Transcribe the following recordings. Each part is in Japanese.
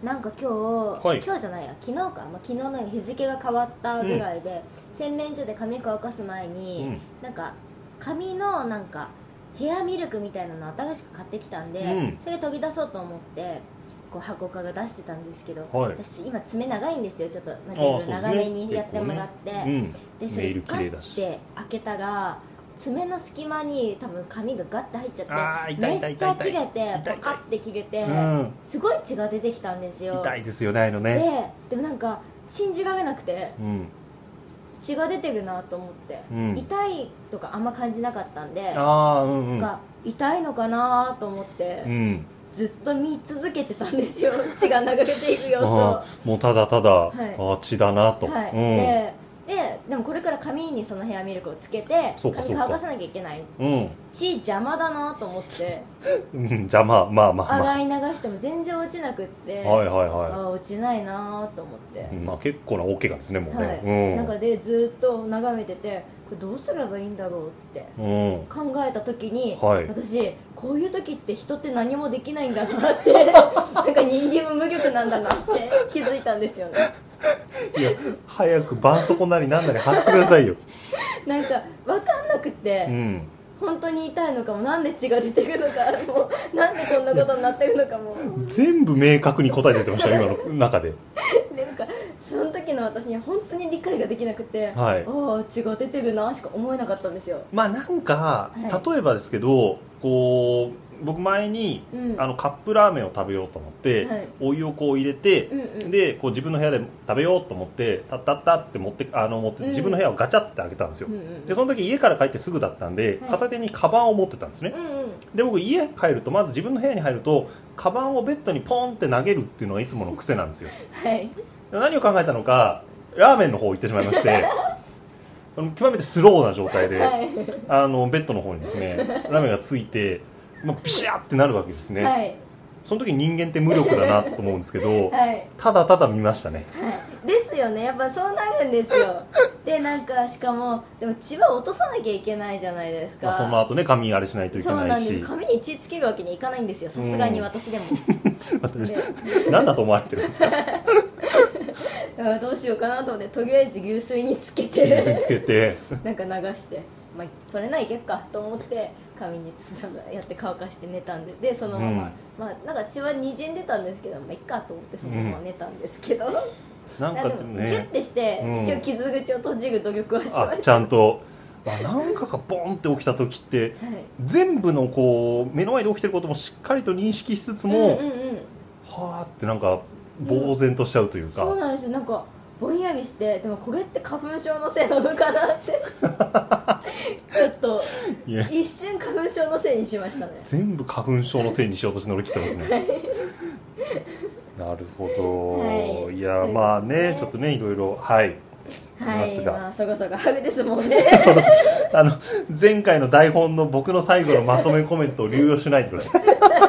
なんか今日、 はい、 今日じゃないや昨日か、昨日の日付が変わったぐらいで、洗面所で髪乾かす前に、なんか髪のなんかヘアミルクみたいなの新しく買ってきたんで、それ研ぎ出そうと思ってこう箱から出してたんですけど、私今爪長いんですよ。ちょっと長めにやってもらって、でそれガッて開けたら爪の隙間に多分髪がガッて入っちゃってめっちゃ切れてパカッて切れて、すごい血が出てきたんですよ。 痛いですよね、ああいうのね。 でもなんか信じられなくて、血が出てるなと思って、痛いとかあんま感じなかったんで、なんか痛いのかなと思って、ずっと見続けてたんですよ。血が流れていく様子をもうただただ、血だなと、 でもこれから髪にそのヘアミルクをつけて髪乾かさなきゃいけない、血邪魔だなと思って邪魔、 洗い流しても全然落ちなくって、落ちないなと思って、 結構な大怪我ですね、もうね、 なんかでずっと眺めてて、これどうすればいいんだろうって考えた時に、私こういう時って人って何もできないんだなってなんか人間も無力なんだなって気づいたんですよね。 いや、早く絆創膏なりなんなり貼ってくださいよ。 なんか分かんなくて、本当に痛いのかも、なんで血が出てくるのかもう、なんでこんなことになってるのかも全部明確に答えてました今の中で。 なんかその時の私には本当に理解ができなくて、ああ血が出てるなしか思えなかったんですよ。 なんか、例えばですけど、こう僕前に、カップラーメンを食べようと思って、お湯をこう入れて、でこう自分の部屋で食べようと思ってタッタッタって持って自分の部屋をガチャって開けたんですよ。でその時家から帰ってすぐだったんで、片手にカバンを持ってたんですね。で僕家帰るとまず自分の部屋に入るとカバンをベッドにポンって投げるっていうのがいつもの癖なんですよ。何を考えたのか、ラーメンの方行ってしまいまして極めてスローな状態で、ベッドの方にですねラーメンがついてビシャーってなるわけですね。その時人間って無力だなと思うんですけど、ただただ見ましたね。 ですよね、やっぱそうなるんですよ。でなんかしかもでも血は落とさなきゃいけないじゃないですか。 その後ね髪あれしないといけないし。そうなんです、 髪に血つけるわけにいかないんですよ、さすがに私でも何だと思われてるんですかどうしようかなと思って、とりあえず流水につけてなんか流して、これないけっかと思って髪にやって乾かして寝たんで、そのまま、なんか血はにじんでたんですけど、いっかと思ってそのまま寝たんですけど、 なんかでもギュッてして一応傷口を閉じる努力はしました。 ちゃんとなんかがボンって起きた時って、全部のこう目の前で起きてることもしっかりと認識しつつも、はーってなんか呆然としちゃうというか。 そうなんですよ、なんかぼんやりして、でもこれって花粉症のせいなのかなってちょっと一瞬花粉症のせいにしましたね。 全部花粉症のせいにしようとして乗り切ってますねなるほど、いやちょっとねいろいろそこそこ春ですもんねそうです。前回の台本の僕の最後のまとめコメントを流用しないでください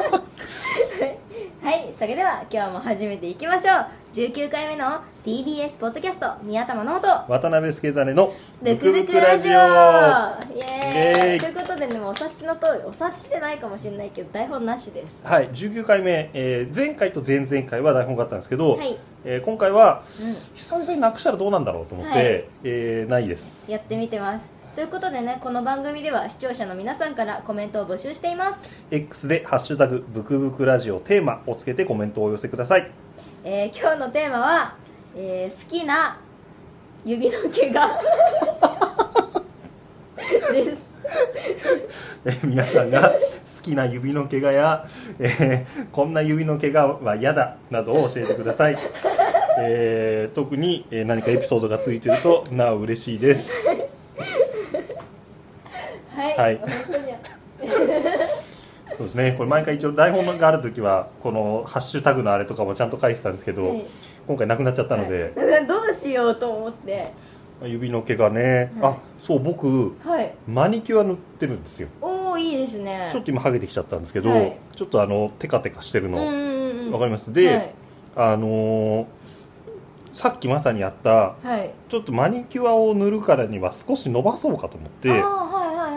それでは今日も始めていきましょう。19回目の TBS ポッドキャスト、宮田真直と渡辺助真のブクブクラジオ、イエーイということで、お察しの通り、お察してないかもしれないけど台本なしです。 19回目、前回と前々回は台本があったんですけど、今回は、久々になくしたらどうなんだろうと思って、ないです。 やってみてます。ということでね、この番組では視聴者の皆さんからコメントを募集しています。 X でハッシュタグブクブクラジオテーマをつけてコメントをお寄せください。 今日のテーマは、好きな指の毛がです皆さんが好きな指の毛がや、こんな指の毛がは嫌だなどを教えてください特に、何かエピソードがついているとなお嬉しいです本当にそうですね、これ毎回一応台本があるときはこのハッシュタグのあれとかもちゃんと書いてたんですけど、今回なくなっちゃったので、 どうしようと思って、 指の毛がね、そう僕、マニキュア塗ってるんですよ。 いいですね。 ちょっと今ハゲてきちゃったんですけど、ちょっとテカテカしてるのわかります？で、さっきまさにやった、ちょっとマニキュアを塗るからには少し伸ばそうかと思って、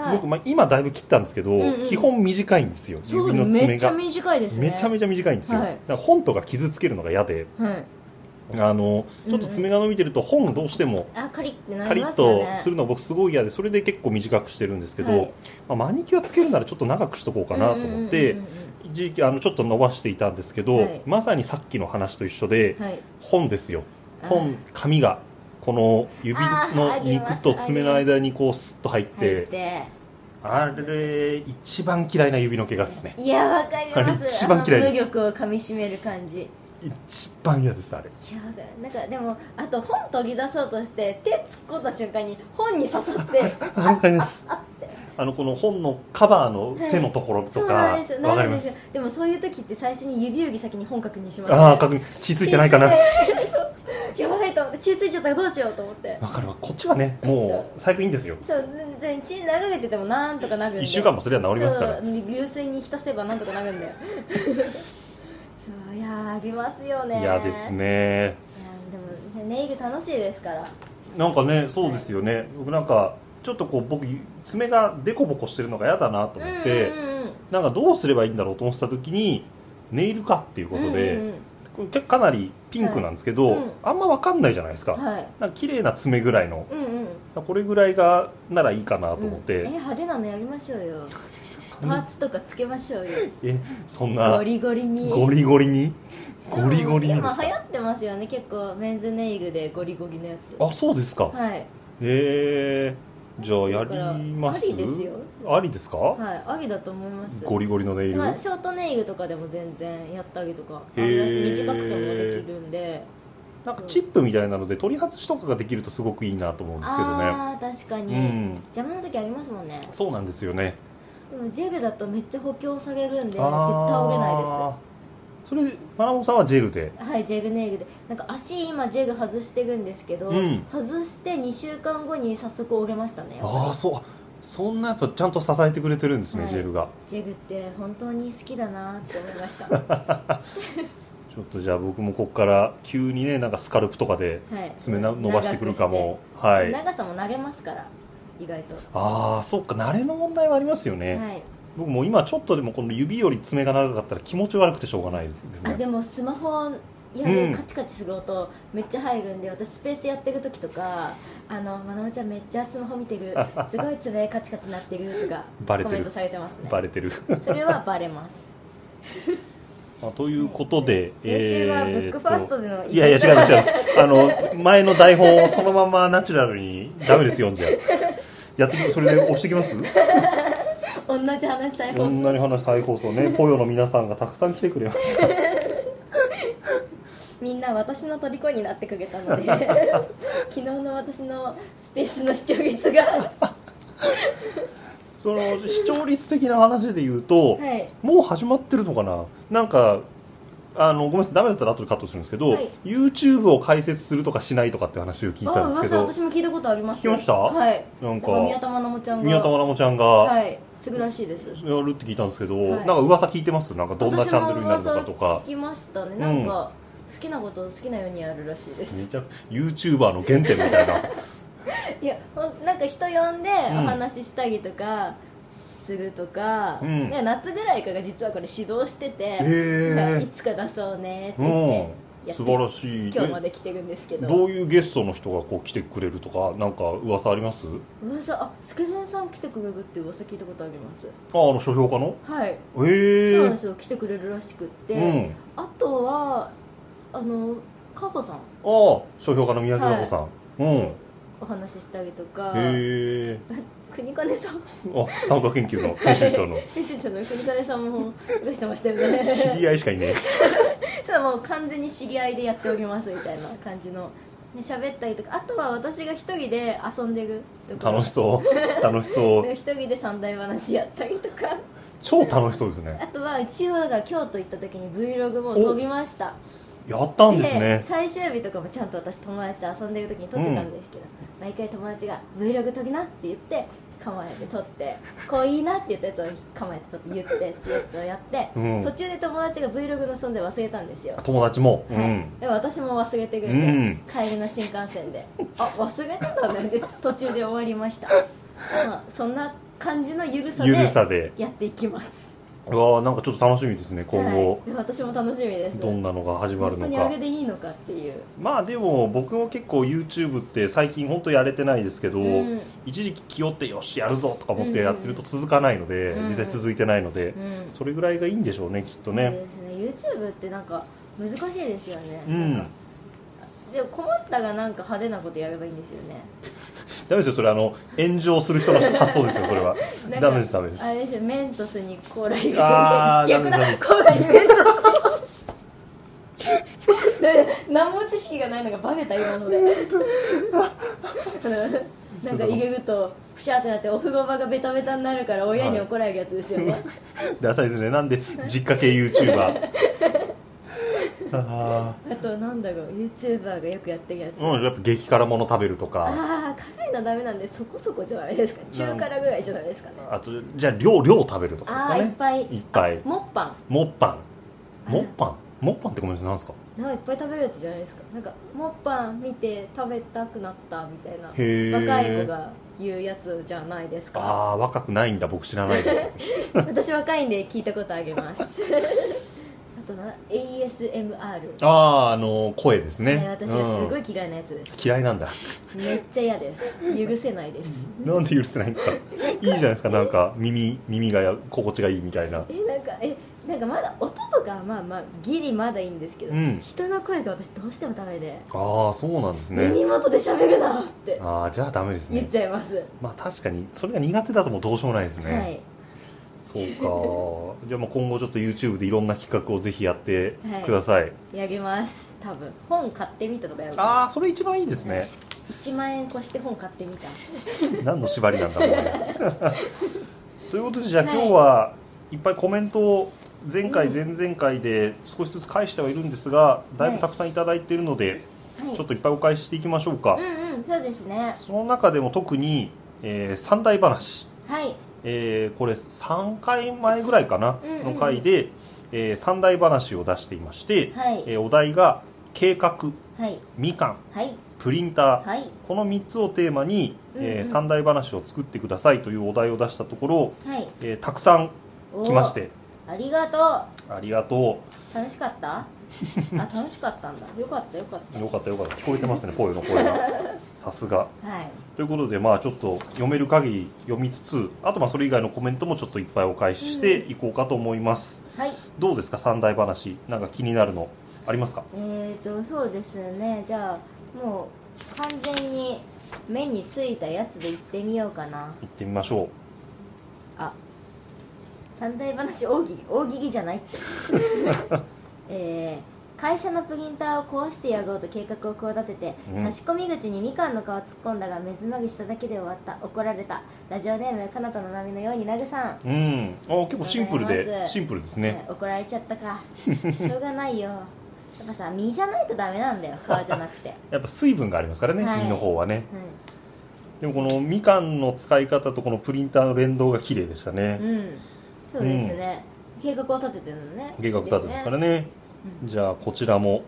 僕、今だいぶ切ったんですけど、基本短いんですよ、指の爪が。 めっちゃ短いですね。 めちゃめちゃ短いんですよ、だから本とか傷つけるのが嫌で、ちょっと爪が伸びてると本どうしてもカリッカリッとするの僕すごい嫌で、それで結構短くしてるんですけど、マニキュアつけるならちょっと長くしとこうかなと思って一時期ちょっと伸ばしていたんですけど、まさにさっきの話と一緒で、本ですよ。紙がこの指の肉と爪の間にこうスッと入ってあれ一番嫌いな指の怪我ですね。 いや、わかります。 一番嫌いです。 無力を噛みしめる感じ、 一番嫌です。あれ、 いや、なんかでもあと本研ぎ出そうとして手突っ込んだ瞬間に本に刺さってわかります。この本のカバーの背のところとか、わかります。 でもそういう時って最初に指先に本確認しますね。 確認、血ついてないかなやばいと思って、血ついちゃったらどうしようと思って。 わかるわ。こっちはね、もう最悪いいんですよ。 そう、全然血長けててもなんとかなるんで、1 週間もすれば治りますから。 流水に浸せばなんとかなるんだよそう、いや、ありますよね。 嫌ですね。いや、でもネイル楽しいですから。 なんかね、そうですよね。僕なんかちょっとこう、僕爪がデコボコしてるのが嫌だなと思って、なんかどうすればいいんだろうと思ってた時にネイルかっていうことで、かなりピンクなんですけど、あんま分かんないじゃないですか。なんか綺麗な爪ぐらいの、これぐらいがならいいかなと思って、 派手なのやりましょうよパーツとかつけましょうよそんなゴリゴリにゴリゴリにゴリゴリにですか。 流行ってますよね、結構メンズネイルでゴリゴリのやつ。 あ、そうですか。 はい。 じゃあやります。 ありですよ。 ありですか。 はい、ありだと思います。 ゴリゴリのネイル、 ショートネイルとかでも全然やったりとか、短くてもできるんで、 なんかチップみたいなので取り外しとかができるとすごくいいなと思うんですけどね。 ああ、確かに、邪魔な時ありますもんね。 そうなんですよね。 でもジェルだとめっちゃ補強されるんで絶対折れないです。 それ、マナモさんはジェルで。 はい、ジェルネイルで。なんか足今ジェル外してるんですけど、外して2週間後に早速折れましたね。 そんなやっぱちゃんと支えてくれてるんですね、ジェルが。 ジェルって本当に好きだなって思いましたちょっとじゃあ僕もここから急にね、なんかスカルプとかで爪伸ばしてくるかも。 長さも投げますから、意外と。 そうか、慣れの問題はありますよね。僕も今ちょっとでもこの指より爪が長かったら気持ち悪くてしょうがないですね。 でもスマホやるカチカチする音めっちゃ入るんで、私スペースやってる時とか、まなまちゃんめっちゃスマホ見てるすごい爪カチカチなってるとかコメントされてますね。 バレてるそれはバレますということで、 先週はブックファーストでのいや違います前の台本をそのままナチュラルにダメですよ。じゃやってそれで押してきます同じ話再放送。 同じ話再放送ね。ポヨの皆さんがたくさん来てくれましたみんな私の虜になってくれたので昨日の私のスペースの視聴率がその視聴率的な話で言うと、もう始まってるのかな。なんかごめんなさい、ダメだったら後でカットするんですけど、YouTube を開設するとかしないとかって話を聞いたんですけど。 私も聞いたことあります。 聞きました。 なんか宮田愛萌ちゃんがすぐらしいです。 やるって聞いたんですけど、なんか噂聞いてます。なんかどんなチャンネルになるのかとか。 聞きましたね。なんか好きなことを好きなようにやるらしいです。 めちゃ YouTuber の原点みたいな。 いや、なんか人呼んでお話ししたりとかするとか、夏ぐらいから実はこれ指導してて、いつか出そうねって言って素晴らしい。 今日まで来てるんですけど、 どういうゲストの人がこう来てくれるとか、なんか噂あります？ 助前さん来てくれるって噂聞いたことあります。 書評家の？ はい。そうなんですよ。来てくれるらしくって、あとはカホさん。 書評家の宮城カホさん。 お話ししたりとか。国金さん。 単価研究の編集長の国金さんもいらしてましたよね。 知り合いしかいねえ。 そう、もう完全に知り合いでやっておりますみたいな感じの喋ったりとか、あとは私が一人で遊んでるとか。楽しそう一人で三大話やったりとか。 超楽しそうですね。 あとは一応だから京都行った時に Vlog も撮りました。 やったんですね。 最終日とかもちゃんと私友達と遊んでる時に撮ってたんですけど、毎回友達が Vlog 撮りなって言って構えて撮って、こういいなって言ったやつを構えて撮って言ってってやつをやって、途中で友達が Vlog の存在忘れたんですよ。 友達も、 でも私も忘れてるんで、帰りの新幹線で忘れてたんだよね。途中で終わりました。そんな感じのゆるさでやっていきます。 うわ、なんかちょっと楽しみですね今後、 はい、私も楽しみです。 どんなのが始まるのか。 本当にあれでいいのかっていう。 まあでも僕も結構 YouTube って最近本当やれてないですけど、一時期気負ってよしやるぞとか思ってやってると続かないので、実際続いてないので、それぐらいがいいんでしょうね、きっとね。 そうですね。 YouTube ってなんか難しいですよね。なんかでも困ったがなんか派手なことやればいいんですよね。 ダメですよ、それ炎上する人の発想ですよ、それは。ダメです、ダメです。 あれですよ、メントスにコーラ入れて、逆だ、コーラにメントス何も知識がないのがバレた今のでなんか入れるとプシャーってなってお風呂場がベタベタになるから親に怒られるやつですよね。 ダサいですね。なんで実家系 YouTuber あとなんだろう、 YouTuber がよくやってるやつ、 やっぱ激辛もの食べるとか。 ああ、辛いのダメなんでそこそこじゃダメですか。中辛ぐらいじゃダメですかね。 あとじゃあ量食べるとかですかね。 いっぱいいっぱい。 モッパンってごめんなさい、なんですか。 なんかいっぱい食べるやつじゃないですか。なんかモッパン見て食べたくなったみたいな若い子が言うやつじゃないですか。 ああ、若くないんだ、僕知らないです私若いんで聞いたことあげますあとASMR、 声ですね、 私はすごい嫌いなやつです、 嫌いなんだ。 めっちゃ嫌です。許せないです。 なんで許せないんですか。いいじゃないですか、なんか耳が心地がいいみたいな。 なんかまだ音とかまあギリまだいいんですけど、人の声が私どうしてもダメで。 ああ、そうなんですね。 耳元で喋るなってじゃあダメですね、 言っちゃいます。 まあ確かにそれが苦手だともうどうしようもないですね。 はい、 そうかじゃあ今後ちょっと YouTube でいろんな企画をぜひやってください。 やります。多分本買ってみたとかやる。 それ一番いいですね。 1万円越して本買ってみた何の縛りなんだろうねということで、じゃあ今日はいっぱいコメントを前回前々回で少しずつ返してはいるんですが、だいぶたくさんいただいているので、ちょっといっぱいお返ししていきましょうか。 そうですね。 その中でも特に、三大話、 はい、 これ3回前ぐらいかな、の回で、三大話を出していまして、お題が計画、みかん、プリンター、この3つをテーマに、三大話を作ってくださいというお題を出したところ、たくさん来まして、 ありがとう。 ありがとう。楽しかった楽しかったんだ。よかった。 聞こえてますね、声の声がさすが。ということで、ちょっと読める限り読みつつ、あとそれ以外のコメントもちょっといっぱいお返ししていこうかと思います。どうですか、三大話、なんか気になるのありますか。 そうですね。じゃあもう完全に目についたやつで言ってみようかな。 言ってみましょう。 三大話大喜利じゃないって会社のプリンターを壊してやろうと計画を企てて、差し込み口にみかんの皮突っ込んだが目詰まりしただけで終わった。怒られた。ラジオネームかなたの波のようになぐさん。 結構シンプルですね。 怒られちゃったかしょうがないよ。やっぱさ、実じゃないとダメなんだよ、皮じゃなくてやっぱ水分がありますからね、実の方はね。でもこのみかんの使い方とこのプリンターの連動が綺麗でしたね。 そうですね、計画を立ててるのね。 計画立てですからね。じゃあこちらも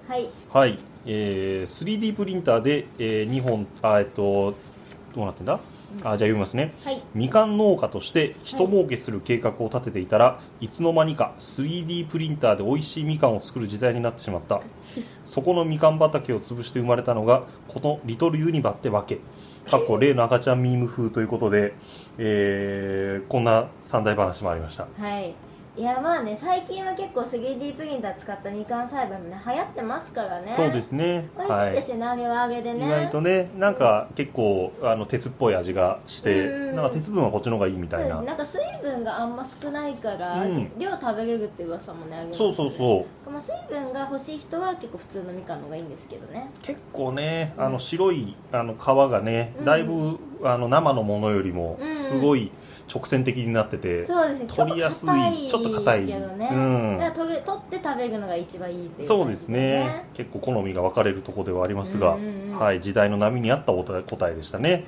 3D プリンターで、2本どうなってんだ。じゃあ読みますね。みかん農家として人儲けする計画を立てていたら、いつの間にか 3D プリンターで美味しいみかんを作る時代になってしまった。そこのみかん畑を潰して生まれたのがこのリトルユニバってわけ。例の赤ちゃんミーム風ということで、こんな三大話もありました。 いや最近は結構 3D プリンター使ったみかん栽培もね流行ってますからね。 そうですね、 美味しいですよね、あれはあれでね。 意外とね、なんか結構鉄っぽい味がして、なんか鉄分はこっちの方がいいみたいな。 なんか水分があんま少ないから、量食べれるって噂もねありますね。 そう水分が欲しい人は結構普通のみかんの方がいいんですけどね。 結構ね、白い皮がね、だいぶ生のものよりもすごい直線的になってて、取りやすい、ちょっと硬いけどね、だから取って食べるのが一番いいっていう、 そうですね。結構好みが分かれるところではありますが、時代の波に合った答えでしたね。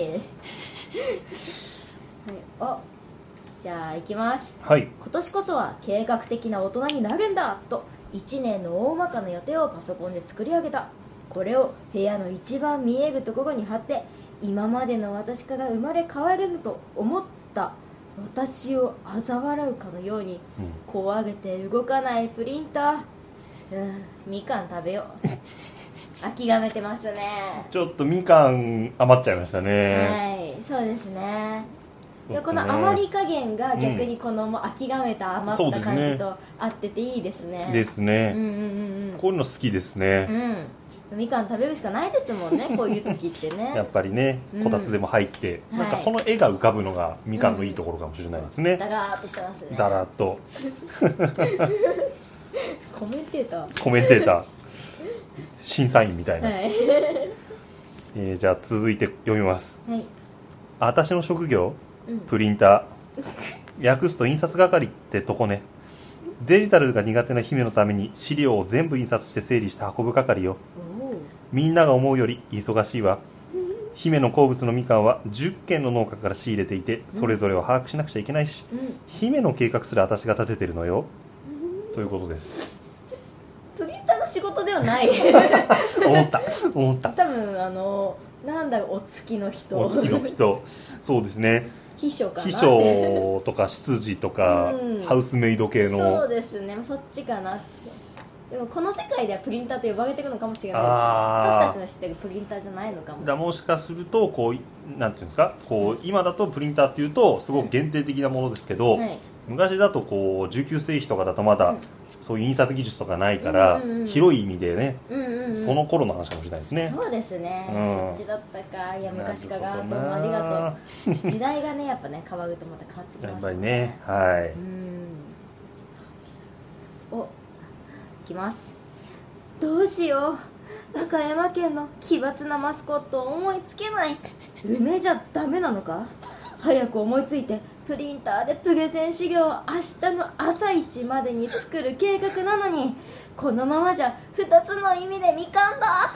じゃあいきます。 今年こそは計画的な大人になるんだと1年の大まかな予定をパソコンで作り上げた。これを部屋の一番見えるところに貼って、今までの私から生まれ変われると思った私を嘲笑うかのように怖げて動かないプリンター、みかん食べよう諦めてますね。 ちょっとみかん余っちゃいましたね。 はい、そうですね。でこの余り加減が逆にこのもう諦めた余った感じと合ってていいですね。 ですね。こういうの好きですね。 みかん食べるしかないですもんねこういう時ってねやっぱりね、こたつでも入って、なんかその絵が浮かぶのがみかんのいいところかもしれないですね。 だらーっとしてますね。 だらっとコメンテーター審査員みたいな、 はいじゃあ続いて読みます、 はい、 私の職業、プリンター訳すと印刷係ってとこね。デジタルが苦手な姫のために資料を全部印刷して整理して運ぶ係よ。みんなが思うより忙しいわ。姫の好物のみかんは10軒の農家から仕入れていて、それぞれを把握しなくちゃいけないし、姫の計画すら私が立ててるのよ、ということです。 プリンターの仕事ではない思った多分なんだろう、お付きの人そうですね、 秘書かな、 秘書とか執事とか、ハウスメイド系の。 そうですね、そっちかなって。でもこの世界ではプリンターと呼ばれてるのかもしれないですね。私たちの知ってるプリンターじゃないのかも。 もしかするとこうなんていうんですか、こう今だとプリンターっていうとすごく限定的なものですけど、昔だとこう19世紀とかだとまだ、そういう印刷技術とかないから、広い意味でね、その頃の話かもしれないですね。 そうですね、そっちだったか。いや昔かが、どうもありがとう。時代がねやっぱね変わるとまた変わってきますね。 やっぱりね、はい。 いきます。どうしよう、和歌山県の奇抜なマスコットを思いつけない。梅じゃダメなのか。早く思いついてプリンターでプレゼン資料を明日の朝一までに作る計画なのに、このままじゃ2つの意味でみかんだ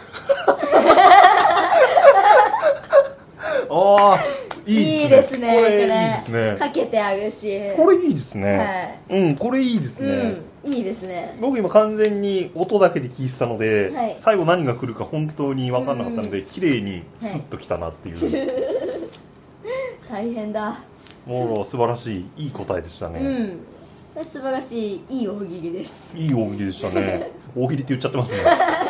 いいですね。これいいですね。かけてあるし、 これいいですね。これいいですね。 いいですね。 僕今完全に音だけで聞いてたので、最後何が来るか本当に分かんなかったので、綺麗にスッときたなっていう。 大変だ。 もう素晴らしい、いい答えでしたね。 素晴らしい、いい大喜利です。 いい大喜利でしたね。大喜利って言っちゃってますね。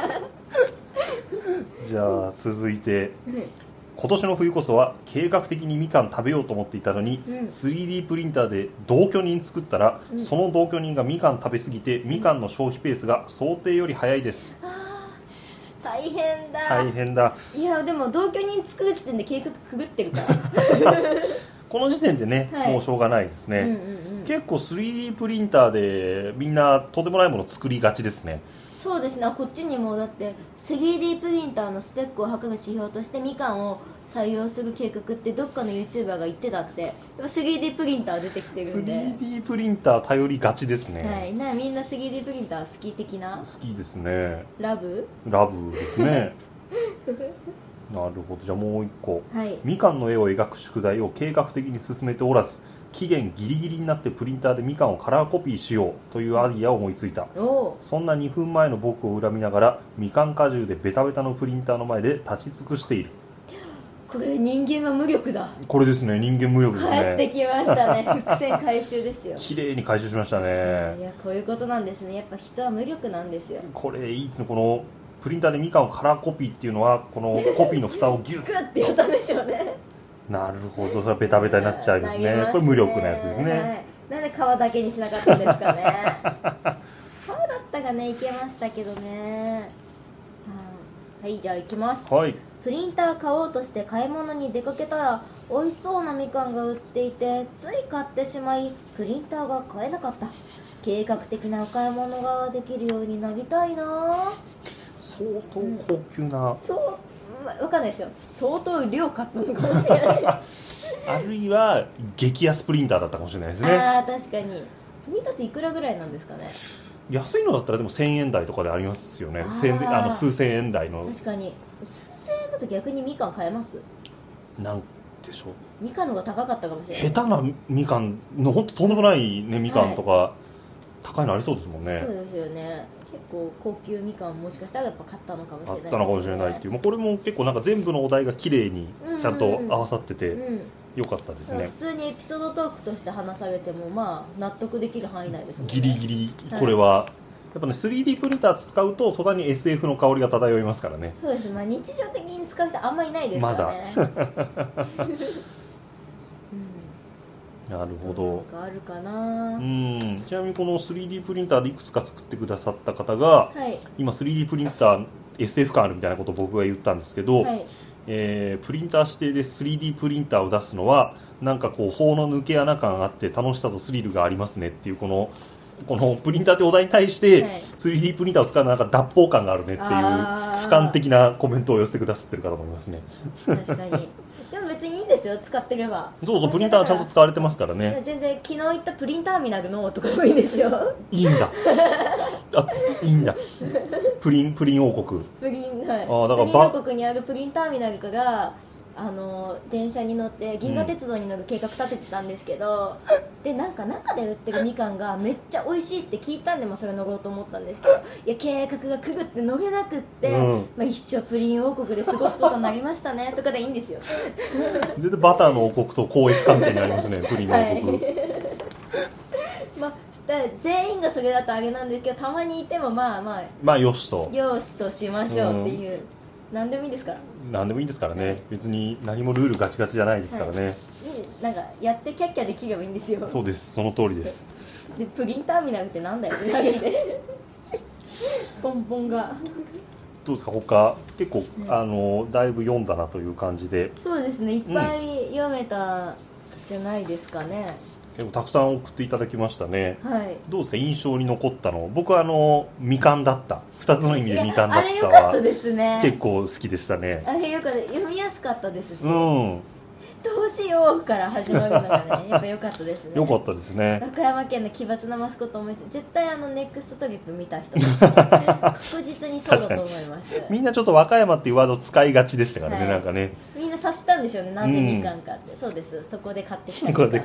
じゃあ続いて、今年の冬こそは計画的にみかん食べようと思っていたのに、3D プリンターで同居人作ったら、その同居人がみかん食べ過ぎて、みかんの消費ペースが想定より早いです。 大変だ。 大変だ。 いやでも同居人作る時点で計画くぐってるからこの時点でね、もうしょうがないですね。結構 3D プリンターでみんなとんでもないものを作りがちですね。 そうですね、こっちにもだって 3D プリンターのスペックを測る指標としてみかんを採用する計画ってどっかの YouTuber が言ってたって。 3D プリンター出てきてるんで、 3D プリンター頼りがちですね。 はい、みんな 3D プリンター好き的な。 好きですね。 ラブですねなるほど。じゃあもう一個、みかんの絵を描く宿題を計画的に進めておらず、期限ギリギリになってプリンターでみかんをカラーコピーしようというアイディアを思いついた。そんな2分前の僕を恨みながら、みかん果汁でベタベタのプリンターの前で立ち尽くしている。 これ人間は無力だ。 これですね、人間無力ですね。 帰ってきましたね。伏線回収ですよ。 綺麗に回収しましたね。 いや、こういうことなんですね。やっぱ人は無力なんですよ。 これいいですね。このプリンターでみかんをカラーコピーっていうのは、このコピーの蓋をギュッグッてやったんでしょうね。 なるほど、それはベタベタになっちゃいますね。これ無力なやつですね。 なんで皮だけにしなかったんですかね。皮だったがね、いけましたけどね。はい、じゃあいきます。プリンター買おうとして買い物に出かけたら、美味しそうなみかんが売っていて、つい買ってしまいプリンターが買えなかった。計画的なお買い物ができるようになりたいな。 相当高級な、 分かんないですよ。相当量買ったのかもしれないあるいは激安プリンターだったかもしれないですね。 確かに。プリンターっていくらぐらいなんですかね。 安いのだったらでも1000円台とかでありますよね。数千円台の。 確かに数千円だと逆にみかん買えます。 なんでしょう、 みかんのが高かったかもしれない。 下手なみかんの本当とんでもないね、みかんとか、高いのありそうですもんね。 そうですよね。結構高級みかんもしかしたらやっぱ買ったのかもしれないですね。 買ったのかもしれないっていう。もうこれも結構なんか全部のお題が綺麗にちゃんと合わさってて、 よかったですね。 普通にエピソードトークとして話されてもまあ納得できる範囲内ですもんね。 ギリギリこれは、やっぱね 3D プリンター使うと途端に SF の香りが漂いますからね。 そうです、まあ、日常的に使う人あんまりいないですからね。まだなるほど。 なんかあるかな。 ちなみにこの 3D プリンターでいくつか作ってくださった方が、はい、今 3D プリンター SF 感あるみたいなことを僕が言ったんですけど、はい、プリンター指定で 3D プリンターを出すのはなんかこう法の抜け穴感があって楽しさとスリルがありますねっていうこのプリンターってお題に対して 3D プリンターを使うのはなんか脱法感があるねっていう俯瞰的なコメントを寄せてくださってる方もいますね。 確かに。でも別にいいんですよ、使ってれば。 そうそう、プリンターはちゃんと使われてますからね。 全然昨日言ったプリンターミナルのとかでもいいんですよ。 いいんだ。いいんだ。プリン王国。 プリン王国にあるプリンターミナルから電車に乗って銀河鉄道に乗る計画立ててたんですけど、でなんか中で売ってるみかんがめっちゃ美味しいって聞いたんで、それ乗ろうと思ったんですけど、いや計画が狂って乗れなくって、一生プリン王国で過ごすことになりましたねとかでいいんですよ。 全然バターの王国と交易関係になりますね、プリンの王国。 だから全員がそれだとあれなんですけど、たまにいてもまあよしとしましょうっていう、何でもいいですから。 何でもいいですからね、別に何もルールガチガチじゃないですからね、 なんかやってキャッキャできればいいんですよ。 そうです、その通りです。 でプリンターミナルってなんだよって投げてポンポンがどうですか、他結構、だいぶ読んだなという感じで。 そうですね、いっぱい読めたじゃないですかね。 結構たくさん送っていただきましたね、 はい、 どうですか、印象に残ったの。僕はみかんだった、2つの意味でみかんだったあれよかったですね、 結構好きでしたね。 あれよかった、読みやすかったですし、どうしようから始まるのがねやっぱ良かったですね。 良かったですね。 和歌山県の奇抜なマスコット思いつ絶対ネクストトリップ見た人です、ね、確実にそうだと思います。 みんなちょっと和歌山っていうワード使いがちでしたからね、なんかね、 みんな察したんでしょうね、なぜみかんかって。そうです、そこで買ってきたみかんです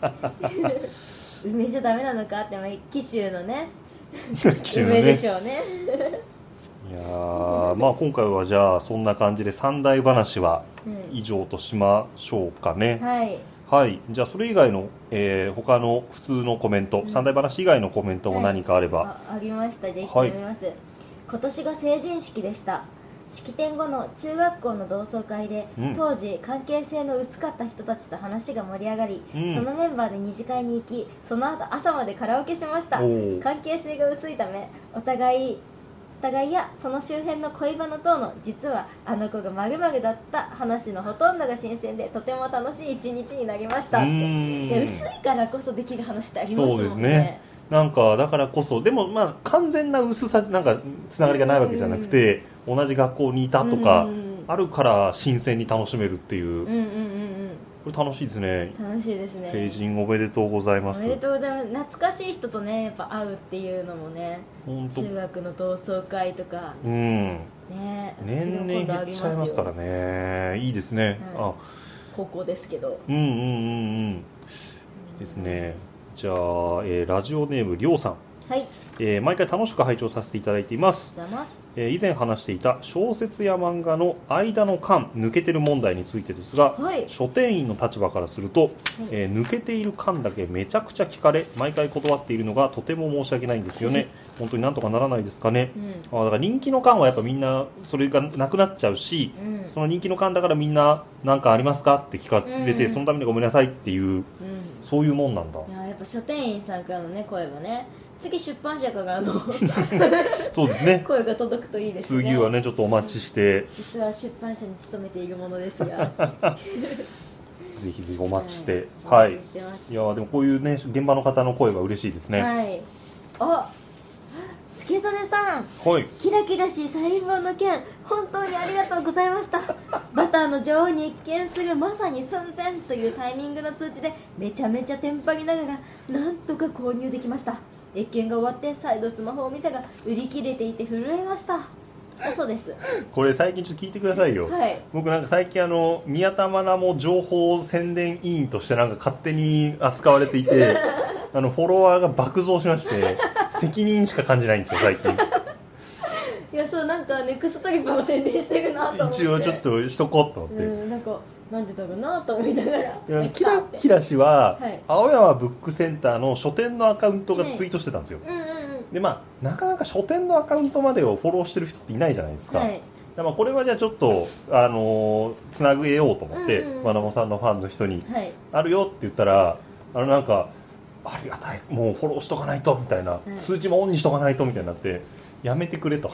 梅じゃダメなのかって、紀州のね梅でしょうねいや今回はじゃあそんな感じで三大話は以上としましょうかね。はい、じゃあそれ以外の、他の普通のコメント、三大話以外のコメントも何かあれば。 ありました。じゃあ言ってみます、今年が成人式でした。式典後の中学校の同窓会で、当時関係性の薄かった人たちと話が盛り上がり、そのメンバーで二次会に行き、その後朝までカラオケしました。関係性が薄いためお互いやその周辺の恋バナ等の実はあの子が〇〇だった話のほとんどが新鮮で、とても楽しい一日になりましたって。いや、薄いからこそできる話ってありますもんね。 そうですね、なんかだからこそ、でも完全な薄さなんかつながりがないわけじゃなくて、同じ学校にいたとかあるから新鮮に楽しめるっていう、これ楽しいですね。 楽しいですね。 成人おめでとうございます。 おめでとうございます。懐かしい人とね、やっぱ会うっていうのもね、中学の同窓会とか、ね、 年々減っちゃいますからね。いいですね、 高校ですけど。 ですね。じゃあ、ラジオネームりょうさん、毎回楽しく拝聴させていただいています。以前話していた小説や漫画の間の巻抜けてる問題についてですが、書店員の立場からすると、抜けている巻だけめちゃくちゃ聞かれ、毎回断っているのがとても申し訳ないんですよね。本当になんとかならないですかね。だから人気の巻はやっぱみんなそれがなくなっちゃうし、その人気の巻だからみんな何かありますかって聞かれて、そのためにごめんなさいっていう、そういうもんなんだ。 いや、やっぱ書店員さんからのね声はね、次出版社からそうですね、 声が届くといいですね。 次はねちょっとお待ちして、 実は出版社に勤めているものですがぜひぜひお待ちして、いやでもこういうね現場の方の声は嬉しいですね。 助真さん、キラキラしい細胞の件本当にありがとうございました。バターの女王に一見するまさに寸前というタイミングの通知でめちゃめちゃテンパりながらなんとか購入できました。越見が終わって再度スマホを見たが売り切れていて震えました。そうです。これ最近ちょっと聞いてくださいよ、僕なんか最近宮田愛も情報宣伝委員としてなんか勝手に扱われていてフォロワーが爆増しまして責任しか感じないんですよ最近。 いやそうなんかネクストリップも宣伝してるなと思って、 一応ちょっとしとこうと思って、 なんかなんでだろうなと思いながら、 キラキラ氏は、はい、青山ブックセンターの書店のアカウントがツイートしてたんですよ、でまあなかなか書店のアカウントまでをフォローしてる人っていないじゃないですか、はい、まあこれはじゃあちょっとつなげようと思って、まなもさんのファンの人に、はい、あるよって言ったらなんかありがたい、もうフォローしとかないとみたいな、はい、数値もオンにしとかないとみたいになって、やめてくれと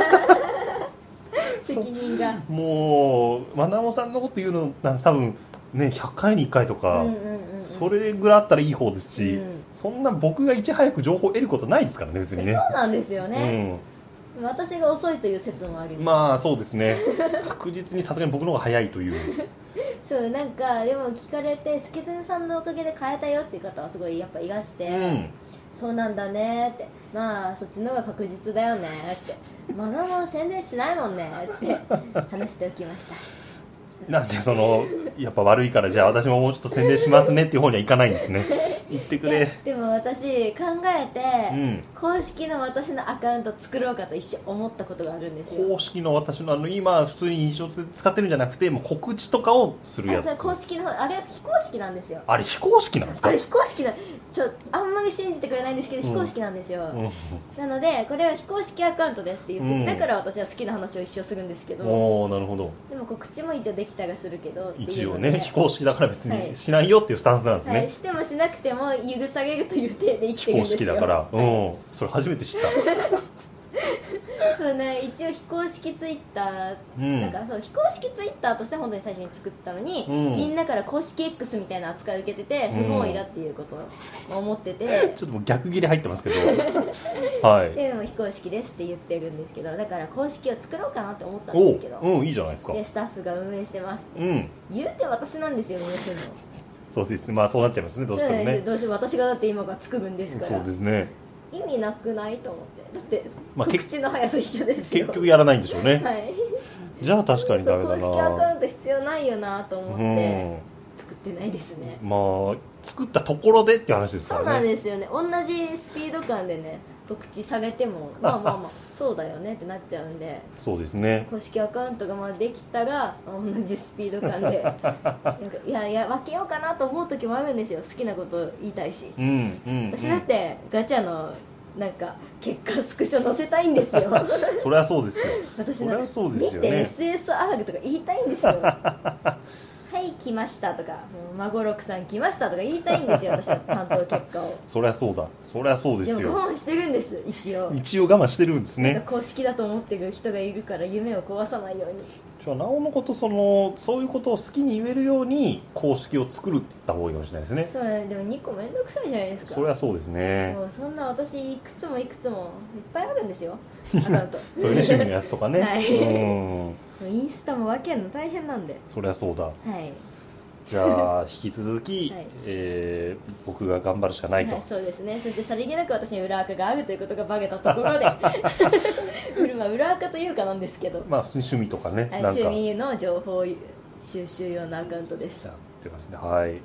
責任がもうまなもさんのこと言うの多分ね100回に1回とか、それぐらいあったらいい方ですし、そんな僕がいち早く情報を得ることないですからね、別にね。 そうなんですよね、私が遅いという説もあります。 まあそうですね確実にさすがに僕の方が早いというそうなんかでも聞かれてスケズンさんのおかげで変えたよっていう方はすごいやっぱいらして、そうなんだねって、まあそっちの方が確実だよねって、まだまだ宣伝しないもんねって話しておきましたなんでやっぱ悪いからじゃあ私ももうちょっと宣伝しますねっていう方にはいかないんですね言ってくれ。 でも私考えて、公式の私のアカウント作ろうかと一瞬思ったことがあるんですよ。 公式の私の今普通に印象使ってるんじゃなくて、もう告知とかをするやつ。 公式のあれ非公式なんですよ。 あれ非公式なんですか。 あれ非公式な、あんまり信じてくれないんですけど、非公式なんですよ、なのでこれは非公式アカウントですって言って、だから私は好きな話を一生するんですけど、 なるほど。 でも告知も一応できたがするけど、 一応ね非公式だから別にしないよっていうスタンスなんですね、 してもしなくても許されるという体で生きてるんですよ。 非公式だから、それ初めて知ったそうね、一応非公式ツイッター、なんかそう非公式ツイッターとして本当に最初に作ったのに、みんなから公式 X みたいな扱いを受けてて不本意だっていうことを思ってて、 ちょっともう逆切れ入ってますけどはい、 でも非公式ですって言ってるんですけど、だから公式を作ろうかなって思ったんですけど、 いいじゃないですか。 でスタッフが運営してますって、言うて私なんですよ、運営するの。 そうですね、まあそうなっちゃいますね、どうしてもね。 どうして私がだって今が作るんですから。 そうですね、 意味なくないと思って、だって告知の速さ一緒ですよ。 結局やらないんでしょうね、 はい、 じゃあ確かにダメだな。 公式アカウント必要ないよなと思って作ってないですね。 まあ作ったところでって話ですからね。 そうなんですよね、同じスピード感でね告知されてもまあそうだよねってなっちゃうんで、 そうですね、 公式アカウントができたら同じスピード感でなんかいや分けようかなと思う時もあるんですよ。好きなこと言いたいし、私だってガチャのなんか結果スクショ載せたいんですよそりゃそうですよ。 私なんか見て SSR とか言いたいんですよはい来ましたとか、もう孫六さん来ましたとか言いたいんですよ、私は担当結果を。 そりゃそうだ、そりゃそうですよ。 でも我慢してるんです、 一応我慢してるんですね。 公式だと思ってる人がいるから夢を壊さないように。 じゃあなおのことそういうことを好きに言えるように公式を作った方がいいかもしれないですね。 そうね、でも2個めんどくさいじゃないですか。 そりゃそうですね。 もうそんな私いくつもいっぱいあるんですよアカウントそういうね、趣味のやつとかね、はい、 インスタも分けるの大変なんで。 そりゃそうだ。 はい、 じゃあ引き続き、はい、僕が頑張るしかないと、 そうですね。そしてさりげなく私に裏垢があるということがバレたところで裏垢というかなんですけど、 まあ普通に趣味とかね、 はい、趣味の情報収集用のアカウントです。 って感じで、はい、はい、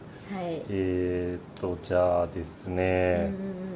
じゃあですね、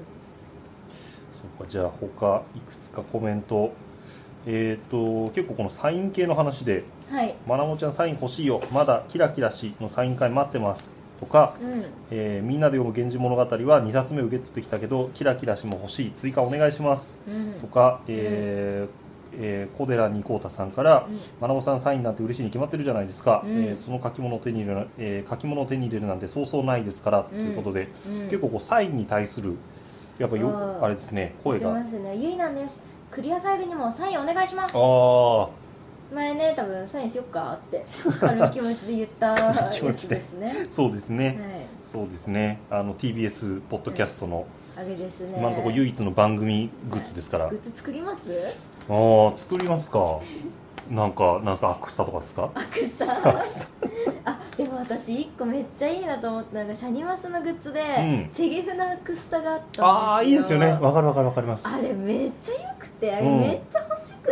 そうか、じゃあ他いくつかコメント、結構このサイン系の話で、 はい、 まなもちゃんサイン欲しいよ、まだキラキラしのサイン会待ってますとか、みんなで読む源氏物語は2冊目をゲットできたけどキラキラしも欲しい、追加お願いします、とか、小寺にこうたさんから、まなもさんサインなんて嬉しいに決まってるじゃないですか、その書き物を手に入れるなんてそうそうないですから、ということで、結構サインに対するやっぱあれですね、声が。 ゆいなんです、クリアファイルにもサインお願いします。前ね、多分サインしよっかって軽い気持ちで言ったやつですねそうですね、はい、そうですね、TBS ポッドキャストの、 あれですね、 今のところ唯一の番組グッズですから、 グッズ作ります？ 作りますか。なんかアクスタとかですか？ アクスタでも私1個めっちゃいいなと思ったのが、シャニマスのグッズで、セリフのアクスタがあったんですよ。 いいですよね、わかります。 あれめっちゃよくて、あれめっちゃ欲しくって、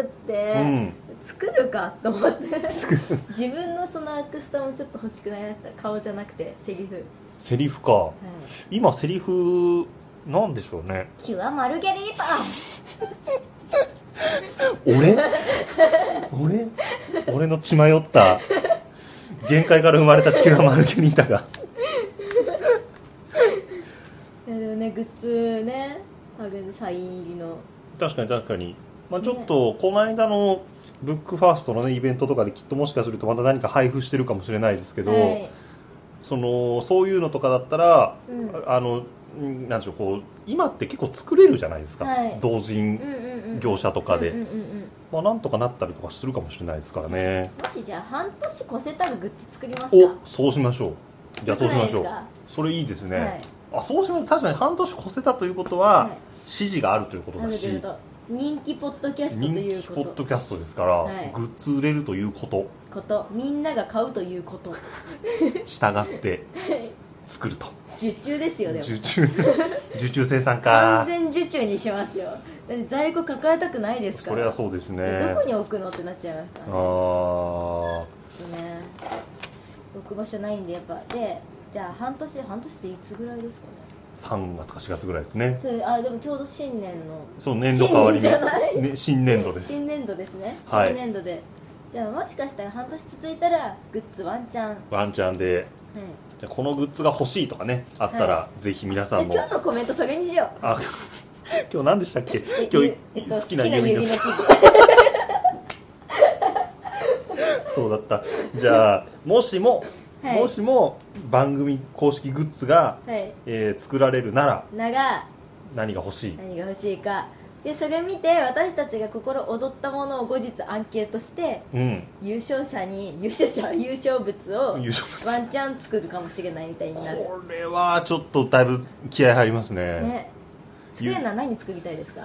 作るかと思って自分のそのアクスタもちょっと欲しくないやつ、顔じゃなくてセリフか、はい、 今セリフなんでしょうね。 キュアマルゲリータ俺の血迷った限界から生まれた地球はマルゲリータがいやでもね、グッズね、サイン入りの。 確かに、まあ、ちょっとこの間のブックファーストのねイベントとかできっともしかするとまた何か配布してるかもしれないですけど、はい、そういうのとかだったら、なんでしょう、こう今って結構作れるじゃないですか、はい、同人業者とかで、まあ、なんとかなったりとかするかもしれないですからね。 もしじゃあ半年越せたらグッズ作りますか。 そうしましょう。じゃあそうしましょう。それいいですね、はい、そうします。確かに半年越せたということは、はい、支持があるということだし、 人気ポッドキャストということ、人気ポッドキャストですから、はい、グッズ売れるということみんなが買うということ従って作ると受注ですよ。でも受注生産か。 完全受注にしますよ。在庫抱えたくないですから。 それはそうですね。 どこに置くのってなっちゃいますからね。ちょっとね、置く場所ないんで、やっぱで、じゃあ半年っていつぐらいですかね。 3月か4月ぐらいですね。 でもちょうど新年のそう年度変わり目、新年度です。 新年度ですね。新年度で、はい、じゃあもしかしたら半年続いたらグッズワンチャンで、はい、じゃあこのグッズが欲しいとかねあったら、はい、ぜひ皆さんも。 じゃあ今日のコメントそれにしよう。 今日何でしたっけ。今日、好きな指の記事そうだった。じゃあもしも番組公式グッズが、はい作られるなら何が欲しいかで、それ見て私たちが心躍ったものを後日アンケートして、優勝物をワンチャン作るかもしれないみたいになる。 これはちょっとだいぶ気合入りますね。 作るのは何作りたいですか。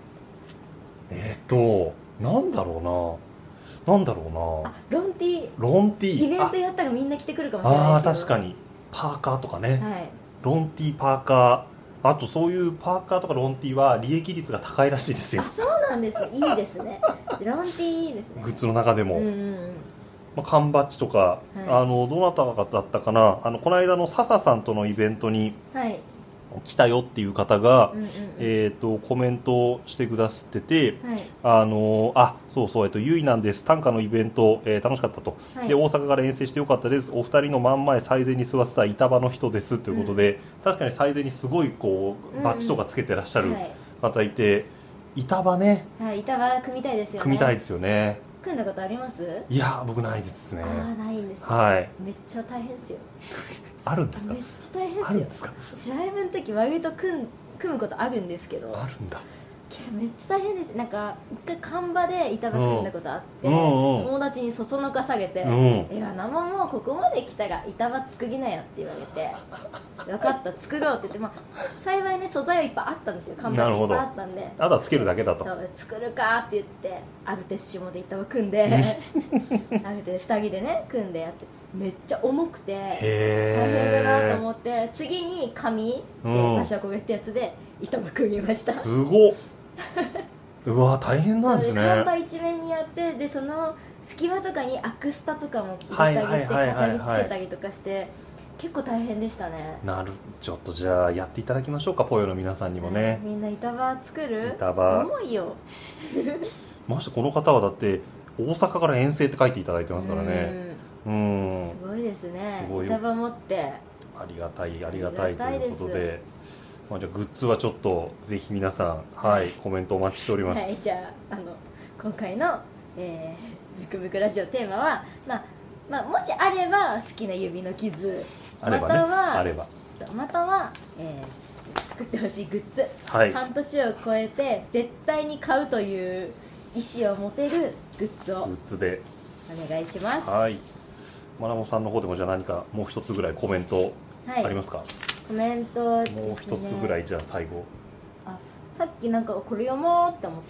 なんだろうな。 ロンティーイベントやったらみんな着てくるかもしれないですよ。確かにパーカーとかね、はい、ロンティーパーカー、あとそういうパーカーとかロンティーは利益率が高いらしいですよ。 そうなんですね。いいですね。ロンティーいいですね。 グッズの中でも、缶バッジとか、はい、どなただったかな、この間の笹さんとのイベントに、はい来たよっていう方が、コメントしてくださってて、はい、そうゆいなんです、短歌のイベント、楽しかったと、はい、で大阪から遠征してよかったです、お二人の真ん前最前に座ってた板場の人ですということで、確かに最前にすごいこうバッジとかつけてらっしゃる方いて、板場ね、 はい、板場組みたいですよね。 組みたいですよね。 組んだことあります？ いや僕ないですね。 ないんですね。 はい、 めっちゃ大変ですよ。 あるんですか？ めっちゃ大変ですよ。私ライブの時割と組むことあるんですけど、 あるんだ。 めっちゃ大変です。なんか一回看板で板場組んだことあって、友達にそそのかされて、いや生もうここまで来たら板場作りなよって言われて、分かった作ろうって言って、幸いね素材はいっぱいあったんですよ。看板いっぱいあったんで、 あとはつけるだけだと。 作るかって言ってアルテス下で板場組んでアルテス下着でね組んでやって、めっちゃ重くて大変だなと思って、次に紙で足をこげってやつで板場組みました。 すごっうわ大変なんですね。 看板一面にやって、でその隙間とかにアクスタとかも入れたりして飾りつけたりとかして、結構大変でしたね。 ちょっとじゃあやっていただきましょうか、ポヨの皆さんにもね。 みんな板場作る？ 板場重いよましてこの方はだって大阪から遠征って書いていただいてますからね。 すごいですね。板場持ってありがたいということで、じゃあグッズはちょっとぜひ皆さん、はい、コメントお待ちしております。 はい、じゃあ今回の、ブクブクラジオテーマは、もしあれば好きな指の傷、または、作ってほしいグッズ、はい、半年を超えて絶対に買うという意思を持てるグッズでお願いします。 はい、まなもさんの方でもじゃあ何かもう一つぐらいコメントありますか？ コメントですね、 もう一つぐらいじゃあ最後。 さっきなんかこれ読もうって思って、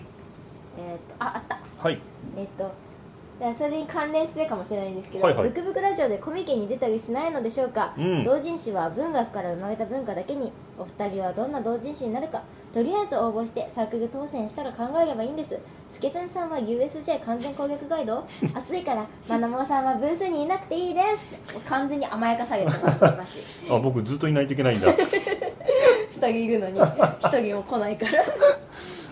あった。 はい。 それに関連してかもしれないんですけど、ブクブクラジオでコミケに出たりしないのでしょうか。同人誌は文学から生まれた文化だけに、お二人はどんな同人誌になるか、とりあえず応募してサークル当選したら考えればいいんです。スケセンさんは USJ 完全攻略ガイド暑いからまなもさんはブースにいなくていいです完全に甘やかされてます僕ずっといないといけないんだ 2人いるのに1人も来ないから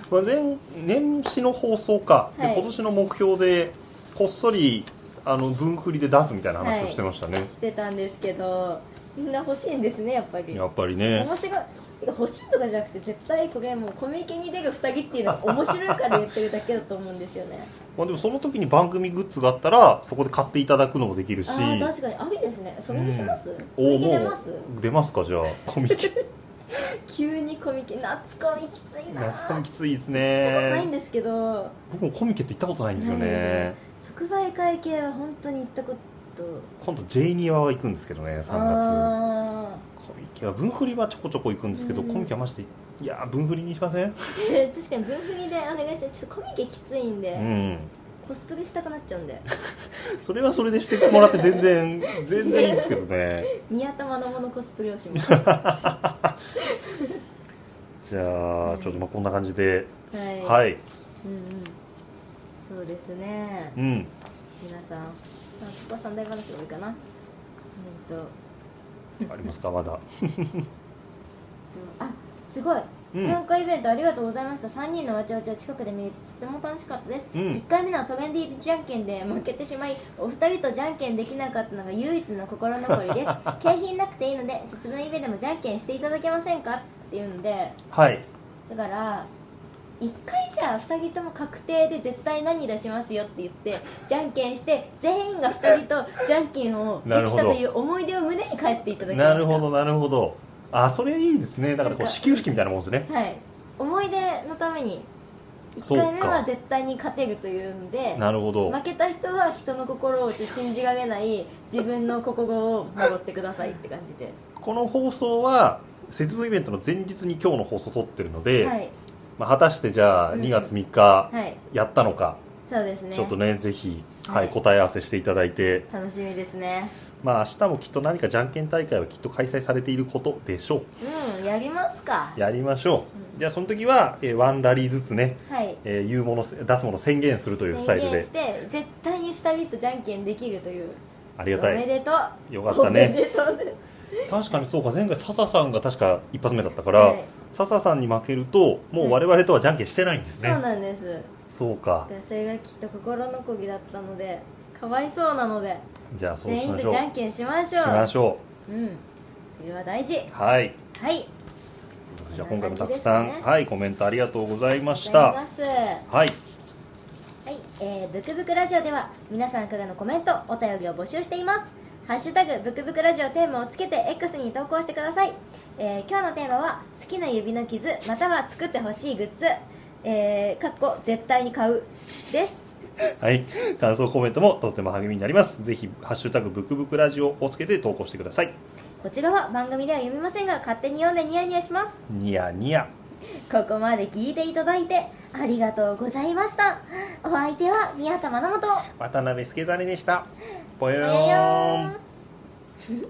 年始の放送か、 はい、 で今年の目標でこっそり分振りで出すみたいな話をしてましたね、 してたんですけど、みんな欲しいんですね、やっぱりね。 面白い。てか欲しいとかじゃなくて、絶対これもうコミケに出る2人っていうのが面白いから言ってるだけだと思うんですよねまあでもその時に番組グッズがあったらそこで買っていただくのもできるし、 確かにありですね。それにします、コミケ出ます？ 出ますか、じゃあコミケ急にコミケ、夏コミきついな。 夏コミきついですね。 行ったことないんですけど、 僕もコミケって行ったことないんですよね。 即売会系は本当に行ったこと。 今度 J ニワは行くんですけどね、3月。コミケは分振りはちょこちょこ行くんですけど、コミケはマジで、いや分振りにしません確かに分振りでお願いして、ちょっとコミケきついんで、コスプレしたくなっちゃうんでそれはそれでしてもらって全然いいんですけどね。 宮田真のコスプレをしますじゃあちょっとまあこんな感じで、はい、 そうですね、皆さんそこは三大話が多いかな。 ありますか、まだあ、すごい、今回イベントありがとうございました。3人のわちゃわちゃ近くで見れてとても楽しかったです、1回目のトレンディーじゃんけんで負けてしまい、お二人とじゃんけんできなかったのが唯一の心残りです景品なくていいので節分イベでもじゃんけんしていただけませんかっていうので、 はい、 だから1回じゃあ2人とも確定で絶対何出しますよって言ってじゃんけんして全員が2人とじゃんけんをできたという思い出を胸に帰っていただけますか。 なるほどなるほど。あ、それいいですね。だからこう始球式みたいなもんですね。 はい、思い出のために1回目は絶対に勝てるというんで、 なるほど。 負けた人は人の心を信じられない自分の心を守ってくださいって感じで、 この放送は節分イベントの前日に今日の放送撮ってるので、まあ、果たしてじゃあ2月3日やったのか、 そうですね、 ちょっとねぜひ、答え合わせしていただいて、 楽しみですね。 まあ明日もきっと何かじゃんけん大会はきっと開催されていることでしょう。やりますか。 やりましょう、じゃあその時は、ワンラリーずつね、言うもの出すもの宣言するというスタイルで宣言して絶対に2人とじゃんけんできるという。 ありがたい。 おめでとう。 よかったね。確かにそうか、前回笹さんが確か一発目だったから、笹さんに負けるともう我々とはじゃんけんしてないんですね。 そうなんです。 そうか。 それがきっと心残りだったので、かわいそうなので、 じゃあそうしましょう。 全員とじゃんけんしましょう。 しましょう。それは大事。 はい。 はい。 じゃあ今回もたくさん、コメントありがとうございました。はい。 ブクブクラジオでは皆さんからのコメント、お便りを募集しています。ハッシュタグブクブクラジオテーマをつけて X に投稿してください。今日のテーマは好きな指の傷または作ってほしいグッズ、かっこ絶対に買うです。 はい、感想コメントもとても励みになります。ぜひハッシュタグブクブクラジオをつけて投稿してください。 こちらは番組では読みませんが勝手に読んでニヤニヤします。 ニヤニヤ。 ここまで聞いていただいてありがとうございました。お相手は宮田真奈本、 渡辺助真でした。ぽよーん。